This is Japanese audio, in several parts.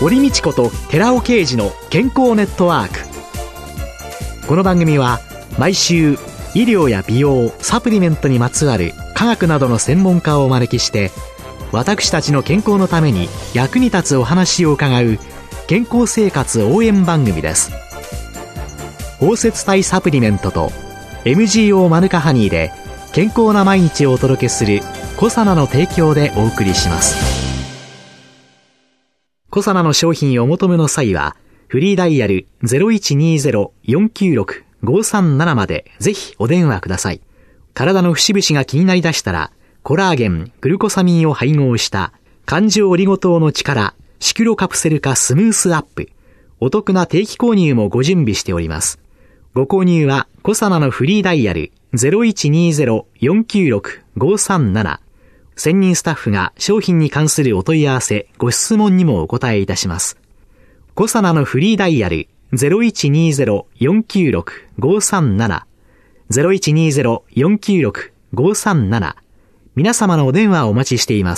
堀道子と寺尾啓二の健康ネットワーク。この番組は毎週医療や美容、サプリメントにまつわる科学などの専門家をお招きして、私たちの健康のために役に立つお話を伺う健康生活応援番組です。包摂体サプリメントと MGO マヌカハニーで健康な毎日をお届けするコサナの提供でお送りします。コサナの商品をお求めの際はフリーダイヤル 0120-496-537 までぜひお電話ください。体の節々が気になりだしたら、コラーゲン、グルコサミンを配合した環状オリゴ糖の力シクロカプセル化スムースアップ、お得な定期購入もご準備しております。ご購入はコサナのフリーダイヤル 0120-496-537、専任スタッフが商品に関するお問い合わせ、ご質問にもお答えいたします。コサナのフリーダイヤル 0120-496-537、0120-496-537、皆様のお電話をお待ちしています。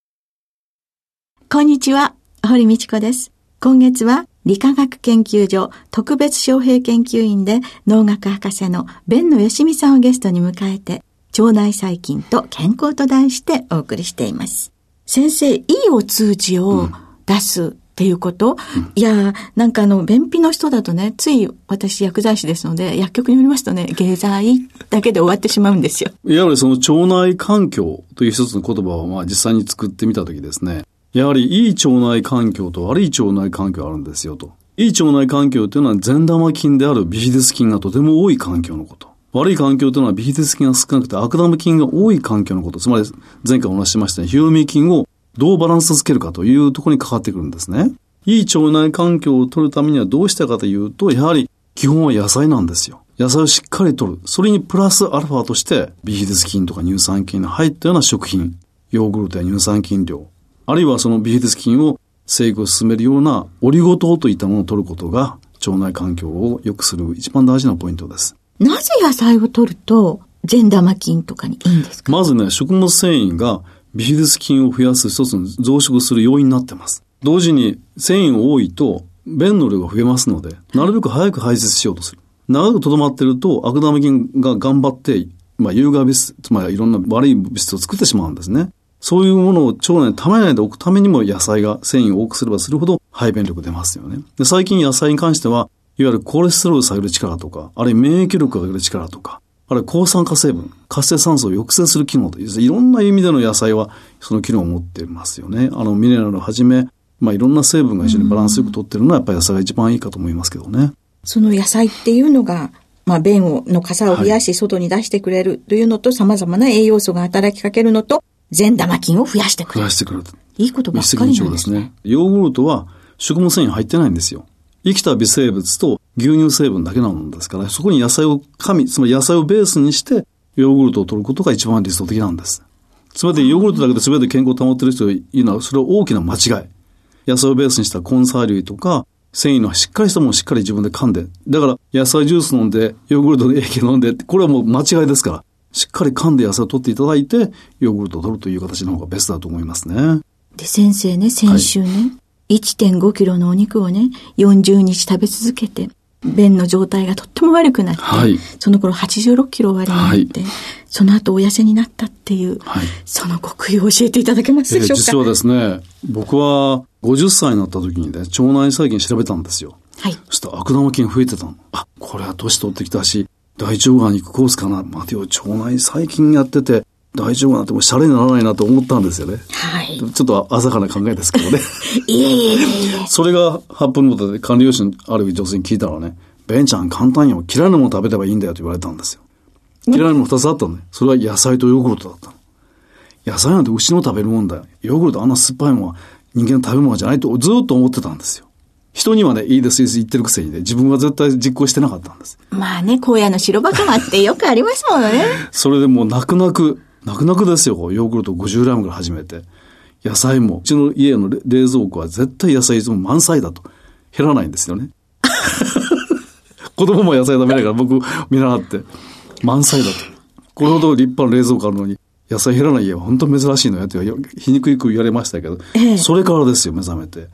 こんにちは、堀道子です。今月は理化学研究所特別招聘研究員で農学博士の辨野義美さんをゲストに迎えて、腸内細菌と健康と題してお送りしています。先生、いいお通じを出すっていうこと、いや、なんか便秘の人だとね、つい私薬剤師ですので、薬局によりますとね、下剤だけで終わってしまうんですよ。 やはりその腸内環境という一つの言葉を実際に作ってみたときですね、やはりいい腸内環境と悪い腸内環境があるんですよと。いい腸内環境というのは善玉菌であるビフィズス菌がとても多い環境のこと。悪い環境というのはビフィズス菌が少なくて悪玉菌が多い環境のこと。つまり前回お話ししましたね、ヒロミ菌をどうバランスつけるかというところにかかってくるんですね。いい腸内環境を取るためにはどうしたかというと、やはり基本は野菜なんですよ。野菜をしっかり取る。それにプラスアルファとしてビフィズス菌とか乳酸菌の入ったような食品、ヨーグルトや乳酸菌量、あるいはそのビフィズス菌を生育を進めるようなオリゴ糖といったものを取ることが腸内環境を良くする一番大事なポイントです。 なぜ野菜を取ると善玉菌とかにいいんですか？ まずね、食物繊維がビフィズス菌を増やす一つの増殖する要因になっています。同時に繊維が多いと便の量が増えますので、なるべく早く排泄しようとする。長くとどまっていると悪玉菌が頑張って、有害物質、つまりいろんな悪い物質を作ってしまうんですね。そういうものを腸内に溜めないでおくためにも野菜が繊維を多くすればするほど排便力出ますよね。で、最近野菜に関しては、いわゆるコレステロールを下げる力とか、あるいは免疫力を上げる力とか、あるいは抗酸化成分、活性酸素を抑制する機能という、いろんな意味での野菜はその機能を持っていますよね。ミネラルをはじめ、いろんな成分が一緒にバランスよくとっているのはやっぱり野菜が一番いいかと思いますけどね。 その野菜っていうのが、便の傘を増やし外に出してくれるというのと、様々な栄養素が働きかけるのと、善玉菌を増やしてくれる。 増やしてくれる。 いいことばっかりなんですね。 ヨーグルトは食物繊維入ってないんですよ。生きた微生物と牛乳成分だけなものですから、そこに野菜をつまり野菜をベースにしてヨーグルトを取ることが一番理想的なんです。つまりヨーグルトだけで全て健康を保っている人がいるのは、それは大きな間違い。野菜をベースにした根菜類とか繊維のしっかりしたものをしっかり自分で噛んで、だから野菜ジュース飲んでヨーグルトの液飲んで、これはもう間違いですから、しっかり噛んで野菜を取っていただいてヨーグルトを取るという形の方がベストだと思いますね。 で、先生ね、先週ね、1.5 キロのお肉をね、40日食べ続けて、便の状態がとっても悪くなって、その頃86キロ終わりになって、その後お痩せになったっていう、その極意を教えていただけますでしょうか？ 実はですね、僕は50歳になった時にね、腸内細菌調べたんですよ。そしたら悪玉菌増えてたの。これは年取ってきたし、大腸がんに行くコースかな。待てよ、腸内細菌やってて、大丈夫なってもうシャレにならないなと思ったんですよね。ちょっと浅はかな考えですけどね。それが8分ごとで管理栄養士のある女性に聞いたらね、ベンちゃん簡単よ。嫌いなもの食べればいいんだよと言われたんですよ。嫌いなもの2つあったのね。それは野菜とヨーグルトだったの。野菜なんて牛の食べるもんだよ。ヨーグルトあんな酸っぱいものは人間の食べ物じゃないとずっと思ってたんですよ。人にはね、いいです言ってるくせにね、自分は絶対実行してなかったんです。 荒野の白バカマってよくありますものね。 それでもう泣く泣くですよ。ヨーグルト50グラムから始めて。野菜も、うちの家の冷蔵庫は絶対野菜いつも満載だと。減らないんですよね。子供も野菜食べないから僕見習って、満載だと。これほど立派な冷蔵庫あるのに、野菜減らない家は本当珍しいのよって皮肉く言われましたけど、それからですよ、目覚めて。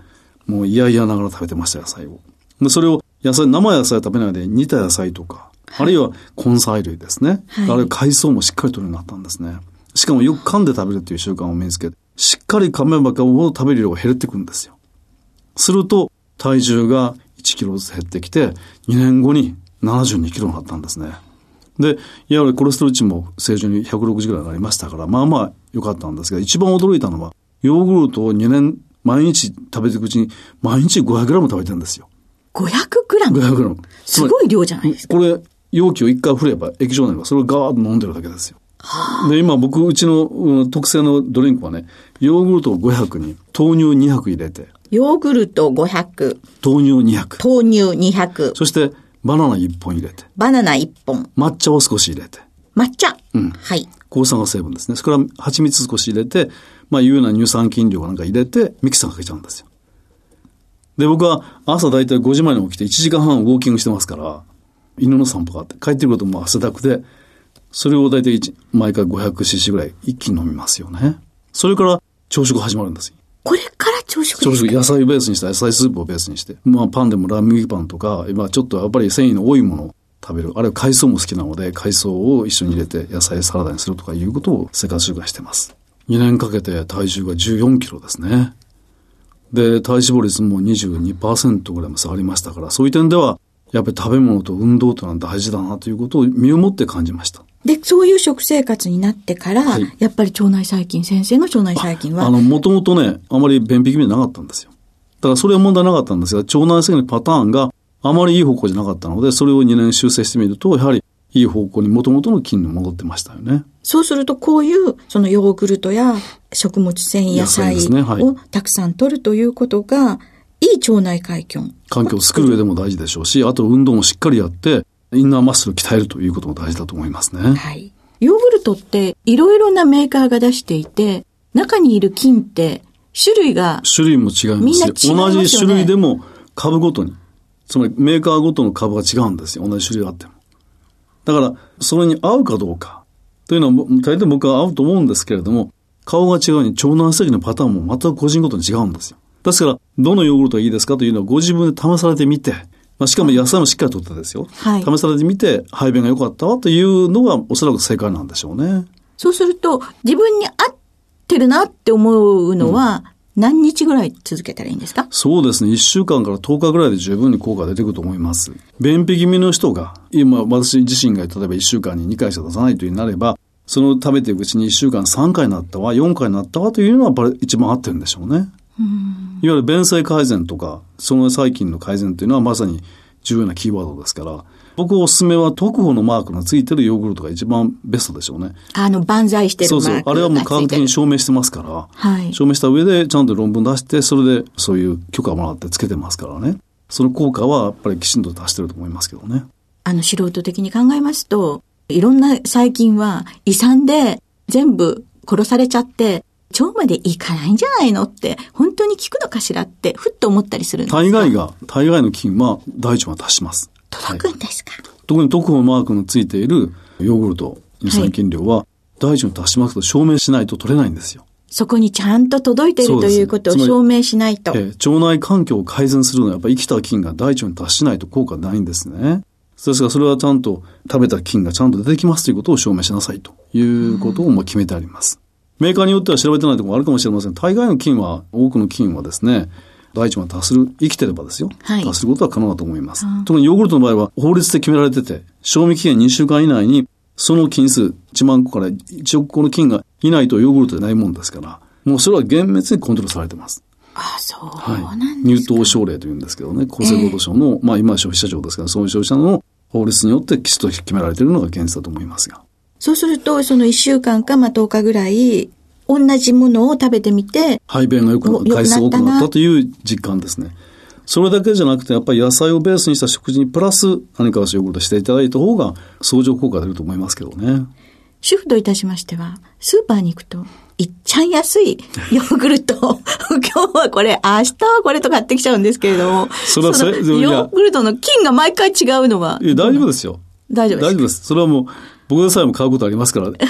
もう嫌々ながら食べてました、野菜を。で、それを生野菜を食べないで煮た野菜とか、あるいは根菜類ですね。あるいは海藻もしっかり取るようになったんですね。しかもよく噛んで食べるという習慣を身につけて、しっかり噛めば噛むほど食べる量が減ってくるんですよ。すると、体重が1キロずつ減ってきて、2年後に72キロになったんですね。で、いわゆるコレステロール値も正常に160ぐらいになりましたから、まあまあ良かったんですが、一番驚いたのは、ヨーグルトを2年毎日食べていくうちに、毎日500グラム食べてるんですよ。 500グラム ?500 グラム。 すごい量じゃないですか。 これ、容器を一回振れば液状になれば、それをガーッと飲んでるだけですよ。で、今僕、うちの特製のドリンクはね、ヨーグルトを500に豆乳200入れて。 ヨーグルト500。 豆乳200。 豆乳200。 そして、バナナ1本入れて。 バナナ1本。 抹茶を少し入れて。 抹茶。 うん。 はい。 抗酸化成分ですね。それから蜂蜜少し入れて、まあいうような乳酸菌量なんか入れて、ミキサーかけちゃうんですよ。で、僕は朝だいたい5時前に起きて1時間半ウォーキングしてますから、犬の散歩があって、帰ってくるともう汗だくで、それをだいたい毎回 500cc ぐらい一気に飲みますよね。それから朝食始まるんですよ。 これから朝食ですか？ 朝食、野菜をベースにした野菜スープをベースにして。まあパンでもラム麦パンとか、今ちょっとやっぱり繊維の多いものを食べる。あるいは海藻も好きなので、海藻を一緒に入れて野菜サラダにするとかいうことを生活習慣してます。2年かけて体重が14キロですね。で、体脂肪率も 22% ぐらいも下がりましたから、そういう点では、やっぱり食べ物と運動というのは大事だなということを身をもって感じました。 で、そういう食生活になってから、はい、やっぱり腸内細菌、先生の腸内細菌はもともとね、あまり便秘気味なかったんですよ。だからそれは問題なかったんですが、腸内細菌のパターンがあまりいい方向じゃなかったので、それを2年修正してみると、やはりいい方向に元々の菌に戻ってましたよね。 そうすると、こういうそのヨーグルトや食物繊維野菜をたくさん摂るということが、いい腸内環境を作る上でも大事でしょうし、あと運動もしっかりやって、インナーマッスルを鍛えるということも大事だと思いますね。 はい。ヨーグルトっていろいろなメーカーが出していて、中にいる菌って種類も違うんですよ。同じ種類でも株ごとに、つまりメーカーごとの株が違うんですよ。同じ種類があっても。だから、それに合うかどうかというのは、大体僕は合うと思うんですけれども、顔が違うように腸内細菌のパターンも全く個人ごとに違うんですよ。ですから、どのヨーグルトがいいですかというのはご自分で試されてみて、しかも野菜もしっかりとってですよ。はい、試されてみて、排便が良かったわというのがおそらく正解なんでしょうね。 そうすると、自分に合ってるなって思うのは、何日ぐらい続けたらいいんですか？ そうですね。1週間から10日ぐらいで十分に効果が出てくると思います。便秘気味の人が、今私自身が例えば1週間に2回しか出さないというなれば、その食べていくうちに1週間3回になったわ、4回になったわというのはやっぱり一番合ってるんでしょうね。いわゆる便性改善とか、その細菌の改善というのはまさに重要なキーワードですから、僕おすすめは特保のマークのついてるヨーグルトが一番ベストでしょうね。 万歳してるマーク。 そうそう。あれはもう科学的に証明してますから、 はい、 証明した上でちゃんと論文出して、それでそういう許可をもらってつけてますからね。その効果はやっぱりきちんと出してると思いますけどね。 素人的に考えますと、いろんな細菌は胃酸で全部殺されちゃって、腸までいかないんじゃないのって、本当に効くのかしらって、ふっと思ったりするんですか？ 大概の菌は大腸が達します。 届くんですか？ はい、特に特保マークのついているヨーグルト、乳酸菌量は大腸に達しますと証明しないと取れないんですよ。 そこにちゃんと届いているということを証明しないと。 腸内環境を改善するのはやっぱり生きた菌が大腸に達しないと効果ないんですね。ですからそれはちゃんと食べた菌がちゃんと出てきますということを証明しなさいということを決めてあります。メーカーによっては調べてないところもあるかもしれません。大概の菌は、多くの菌はですね、大腸が達する、生きてればですよ。はい、達することは可能だと思います。特にヨーグルトの場合は法律で決められてて、賞味期限2週間以内に、その菌数1万個から1億個の菌がいないとヨーグルトでないもんですから、もうそれは厳密にコントロールされてます。 そうなんですか。 入党省令というんですけどね、厚生労働省の、今は消費者庁ですから、そういう消費者の法律によってきちっと決められているのが現実だと思いますが。 そうすると、その1週間か10日ぐらい、同じものを食べてみて、 排便が良くなった、回数多くなったという実感ですね。それだけじゃなくて、やっぱり野菜をベースにした食事にプラス何かをヨーグルトしていただいた方が相乗効果が出ると思いますけどね。 主婦といたしましては、スーパーに行くと、いっちゃん安いヨーグルト今日はこれ、明日はこれと買ってきちゃうんですけれども、ヨーグルトの菌が毎回違うのは。 大丈夫ですよ。 大丈夫です。 それはもう、僕でさえも買うことありますから、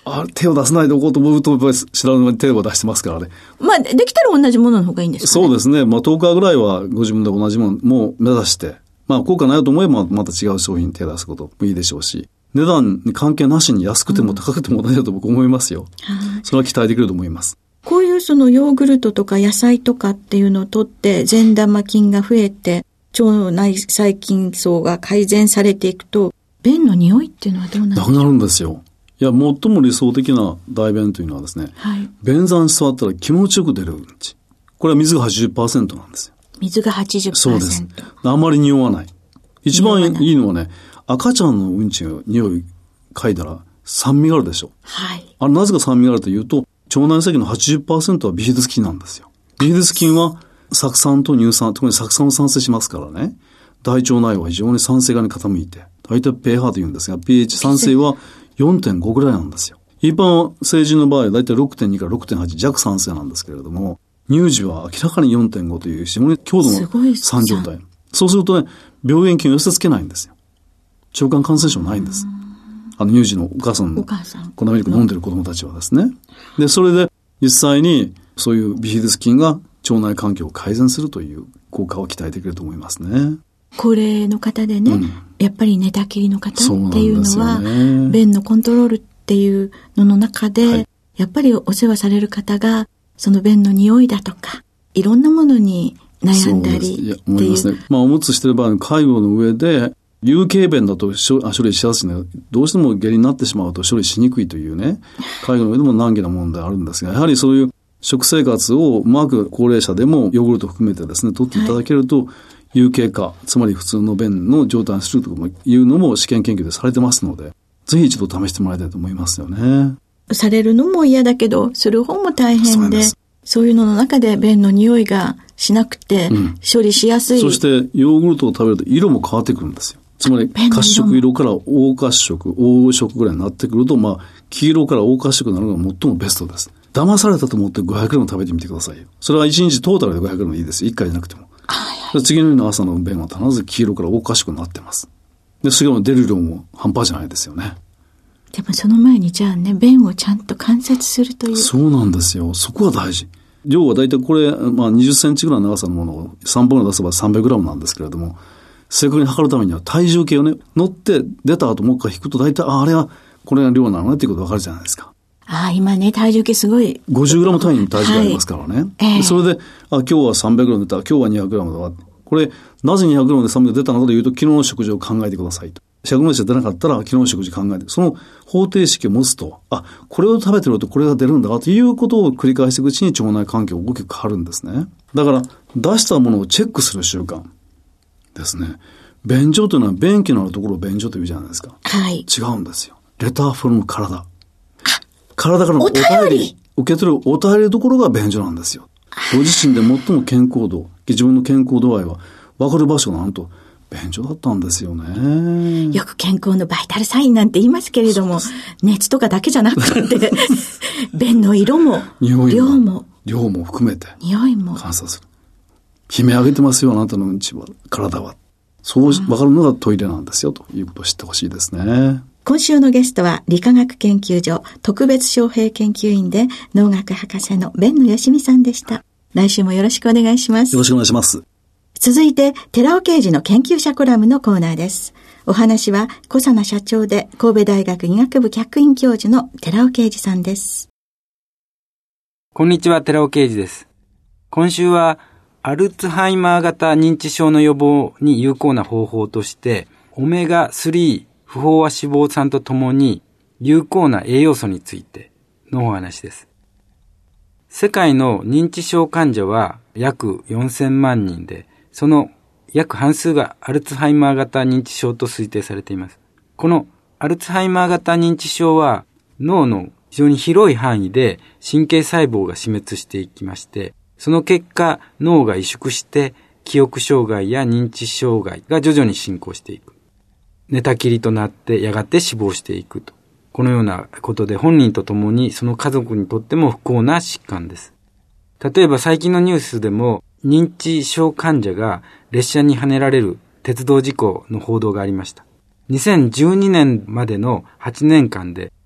手を出さないでおこうと思うと、知らぬ間に手を出してますからね。 できたら同じものの方がいいんですかね。 そうですね。10日ぐらいはご自分で同じものも目指して、効果ないと思えばまた違う商品に手を出すこともいいでしょうし、値段に関係なしに安くても高くても同じだと僕思いますよ。それは期待できると思います。 こういうそのヨーグルトとか野菜とかっていうのを取って善玉菌が増えて腸内細菌層が改善されていくと、便の匂いっていうのはどうなんでしょう？ なくなるんですよ。いや、最も理想的な大便というのはですね、便座に座ったら気持ちよく出るうんち。これは水が 80% なんですよ。 水が 80%。 そうです。あまり匂わない。一番いいのはね、赤ちゃんのうんちが匂い嗅いだら酸味があるでしょ。あれなぜか酸味があるというと、腸内細菌の 80% はビフィズス菌なんですよ。ビフィズス菌は酢酸と乳酸、特に酢酸を産生しますからね。大腸内は非常に酸性側に傾いて、大体 pH と言うんですが、pH 酸性は 4.5 ぐらいなんですよ。一般成人の場合は大体 6.2 から 6.8 弱酸性なんですけれども、乳児は明らかに 4.5 という非常に強度の酸状態。そうするとね、病原菌を寄せ付けないんですよ。腸管感染症ないんです。乳児のお母さんの粉ミルク飲んでる子供たちはですね。で、それで実際にそういうビフィズス菌が腸内環境を改善するという効果を期待できると思いますね。 高齢の方でね、やっぱり寝たきりの方っていうのは、便のコントロールっていうのの中で、やっぱりお世話される方が、その便の匂いだとか、いろんなものに悩んだりっていう。 思いますね。おむつしてる場合の介護の上で、有形便だと処理しやすいので、どうしても下痢になってしまうと処理しにくいというね、介護の上でも難儀な問題あるんですが、やはりそういう食生活をうまく高齢者でもヨーグルト含めてですね、取っていただけると、有形化、つまり普通の便の状態にするというのも試験研究でされてますので、ぜひ一度試してもらいたいと思いますよね。 されるのも嫌だけど、する方も大変で、そういうのの中で便の匂いがしなくて、処理しやすい。 そしてヨーグルトを食べると色も変わってくるんですよ。つまり褐色色から黄褐色、黄色ぐらいになってくると、黄色から黄褐色になるのが最もベストです。騙されたと思って 500g 食べてみてくださいよ。それは1日トータルで 500g いいですよ。1回じゃなくても。次の日の朝の便は必ず黄色から黄褐色になってます。で、それから出る量も半端じゃないですよね。 でもその前にじゃあね、便をちゃんと観察するという。 そうなんですよ。そこが大事。量はだいたいこれ、20センチぐらいの長さのものを3本出せば 300g なんですけれども、正確に測るためには体重計をね、乗って出た後もう一回引くと大体、あれはこれが量なのねっていうことがわかるじゃないですか。 今ね、体重計すごい。 50g 単位に体重がありますからね。それで、今日は 300g 出た、今日は 200g だわ。これ、なぜ 200g で300g 出たのかというと、昨日の食事を考えてくださいと。100g しか出なかったら、昨日の食事考えて、その方程式を持つと、これを食べてるとこれが出るんだということを繰り返していくうちに腸内環境が大きく変わるんですね。だから、出したものをチェックする習慣ですね。便所というのは便器のあるところを便所というじゃないですか。違うんですよ。レターフロム体。体からのお便り、受け取るお便りのところが便所なんですよ。ご自身で最も健康度、自分の健康度合いは分かる場所がなんと便所だったんですよね。 よく健康のバイタルサインなんて言いますけれども、熱とかだけじゃなくて、便の色も、量も含めて、 匂いも観察する。悲鳴上げてますよ、あなたのうんちは、体は。そう分かるのがトイレなんですよ、ということを知ってほしいですね。 今週のゲストは理化学研究所特別招聘研究員で農学博士の辨野義美さんでした。来週もよろしくお願いします。 よろしくお願いします。 続いて寺尾啓二の研究者コラムのコーナーです。お話は小佐奈社長で神戸大学医学部客員教授の寺尾啓二さんです。 こんにちは、寺尾啓二です。今週はアルツハイマー型認知症の予防に有効な方法としてオメガ3不飽和脂肪酸とともに有効な栄養素についてのお話です。世界の認知症患者は約4000万人で、その約半数がアルツハイマー型認知症と推定されています。このアルツハイマー型認知症は脳の非常に広い範囲で神経細胞が死滅していきまして、その結果脳が萎縮して記憶障害や認知障害が徐々に進行していく。寝たきりとなってやがて死亡していくと。このようなことで本人とともにその家族にとっても不幸な疾患です。例えば最近のニュースでも認知症患者が列車にはねられる鉄道事故の報道がありました。2012年までの8年間で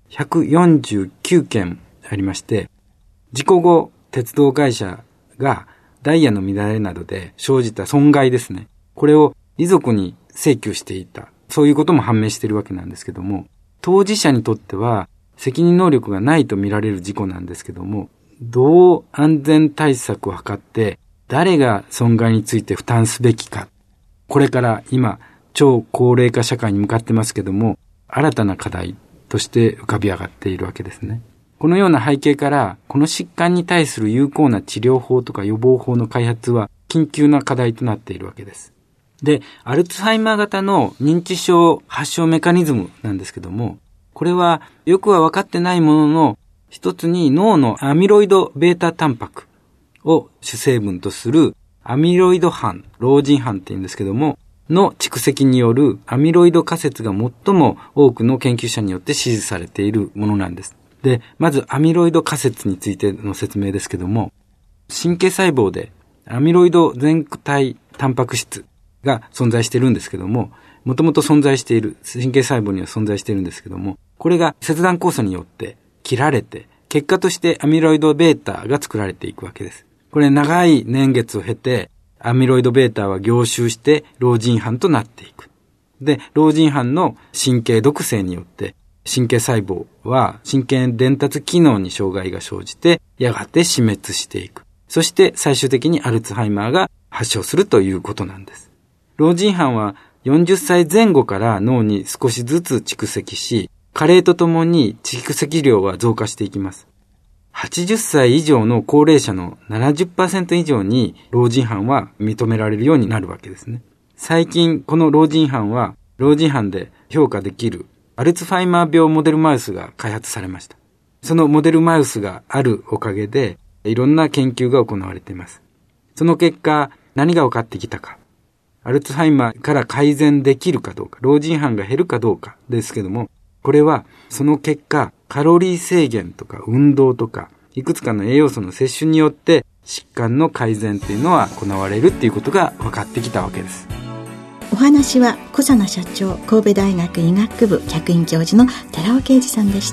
149件ありまして、事故後、鉄道会社がダイヤの乱れなどで生じた損害ですね。これを遺族に請求していた。そういうことも判明しているわけなんですけども、当事者にとっては責任能力がないと見られる事故なんですけども、どう安全対策を図って誰が損害について負担すべきか。これから今、超高齢化社会に向かってますけども、新たな課題として浮かび上がっているわけですね。このような背景から、この疾患に対する有効な治療法とか予防法の開発は緊急な課題となっているわけです。で、アルツハイマー型の認知症発症メカニズムなんですけども、これはよくは分かってないものの、一つに脳のアミロイド β タンパクを主成分とするアミロイド斑、老人斑って言うんですけども、の蓄積によるアミロイド仮説が最も多くの研究者によって支持されているものなんです。で、まずアミロイド仮説についての説明ですけども、神経細胞でアミロイド前体タンパク質が存在しているんですけども、もともと存在している、神経細胞には存在しているんですけども、これが切断酵素によって切られて、結果としてアミロイド β が作られていくわけです。これ長い年月を経て、アミロイド β は凝集して老人斑となっていく。で、老人斑の神経毒性によって神経細胞は神経伝達機能に障害が生じてやがて死滅していく。そして最終的にアルツハイマーが発症するということなんです。老人斑は40歳前後から脳に少しずつ蓄積し、加齢とともに蓄積量は増加していきます。80歳以上の高齢者の 70% 以上に老人斑は認められるようになるわけですね。最近この老人斑は老人斑で評価できるアルツハイマー病モデルマウスが開発されました。そのモデルマウスがあるおかげでいろんな研究が行われています。その結果何が分かってきたか。アルツハイマーから改善できるかどうか、老人斑が減るかどうかですけども、これはその結果カロリー制限とか運動とかいくつかの栄養素の摂取によって疾患の改善というのは行われるっていうことが分かってきたわけです。 お話は小佐奈社長、神戸大学医学部客員教授の寺尾啓二さんでした。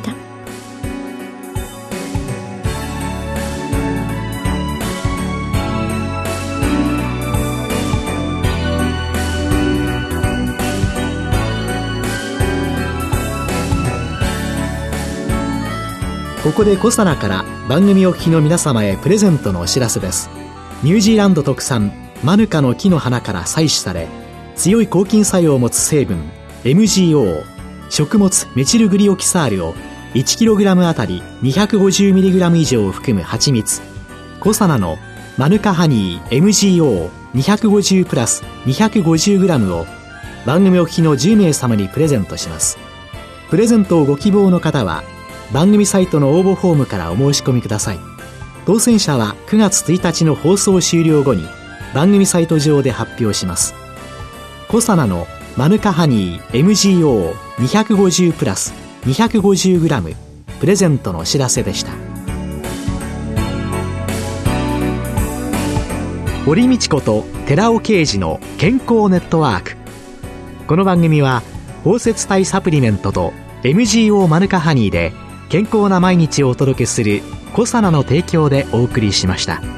ここでコサナから番組お聞きの皆様へプレゼントのお知らせです。ニュージーランド特産マヌカの木の花から採取され、強い抗菌作用を持つ成分 MGO 食物メチルグリオキサールを 1kg あたり 250mg 以上を含む蜂蜜コサナのマヌカハニー MGO250 プラス 250g を番組お聞きの10名様にプレゼントします。プレゼントをご希望の方は番組サイトの応募フォームからお申し込みください。当選者は9月1日の放送終了後に番組サイト上で発表します。コサナのマヌカハニー MGO250 プラス 250g プレゼントのお知らせでした。堀道子と寺尾啓二の健康ネットワーク。この番組は包摂体サプリメントと MGO マヌカハニーで健康な毎日をお届けするコサナの提供でお送りしました。